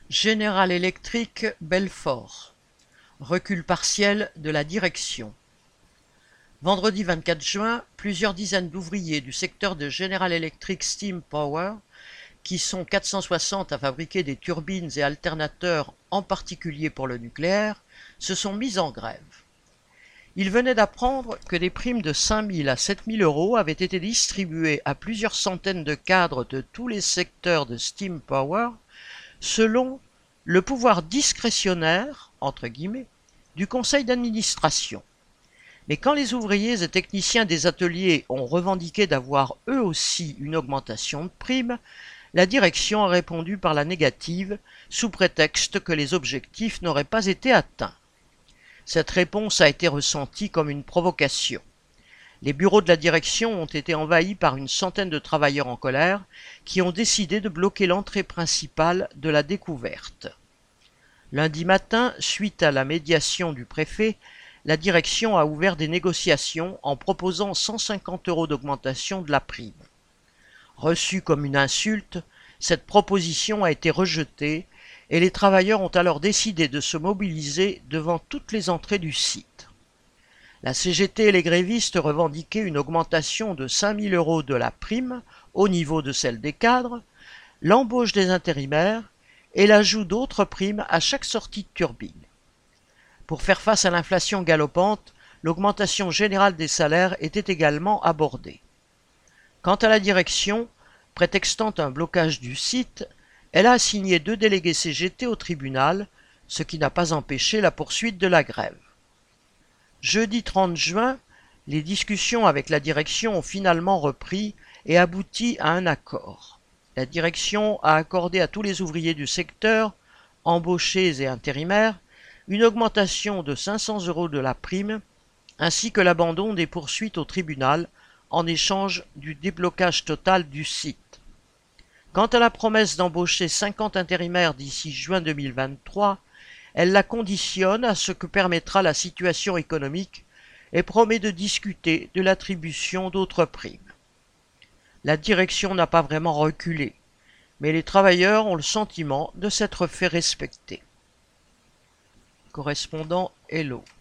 General Electric Belfort. Recul partiel de la direction. Vendredi 24 juin, plusieurs dizaines d'ouvriers du secteur de General Electric Steam Power, qui sont 460 à fabriquer des turbines et alternateurs, en particulier pour le nucléaire, se sont mis en grève. Ils venaient d'apprendre que des primes de 5 000 à 7 000 euros avaient été distribuées à plusieurs centaines de cadres de tous les secteurs de Steam Power, selon le pouvoir discrétionnaire, entre guillemets, du conseil d'administration. Mais quand les ouvriers et techniciens des ateliers ont revendiqué d'avoir eux aussi une augmentation de primes, la direction a répondu par la négative, sous prétexte que les objectifs n'auraient pas été atteints. Cette réponse a été ressentie comme une provocation. Les bureaux de la direction ont été envahis par une centaine de travailleurs en colère qui ont décidé de bloquer l'entrée principale de la découverte. Lundi matin, suite à la médiation du préfet, la direction a ouvert des négociations en proposant 150 € d'augmentation de la prime. Reçue comme une insulte, cette proposition a été rejetée et les travailleurs ont alors décidé de se mobiliser devant toutes les entrées du site. La CGT et les grévistes revendiquaient une augmentation de 5 000 € de la prime au niveau de celle des cadres, l'embauche des intérimaires et l'ajout d'autres primes à chaque sortie de turbine. Pour faire face à l'inflation galopante, l'augmentation générale des salaires était également abordée. Quant à la direction, prétextant un blocage du site, elle a assigné 2 délégués CGT au tribunal, ce qui n'a pas empêché la poursuite de la grève. Jeudi 30 juin, les discussions avec la direction ont finalement repris et abouti à un accord. La direction a accordé à tous les ouvriers du secteur, embauchés et intérimaires, une augmentation de 500 € de la prime, ainsi que l'abandon des poursuites au tribunal en échange du déblocage total du site. Quant à la promesse d'embaucher 50 intérimaires d'ici juin 2023, elle la conditionne à ce que permettra la situation économique et promet de discuter de l'attribution d'autres primes. La direction n'a pas vraiment reculé, mais les travailleurs ont le sentiment de s'être fait respecter. Correspondant Hello.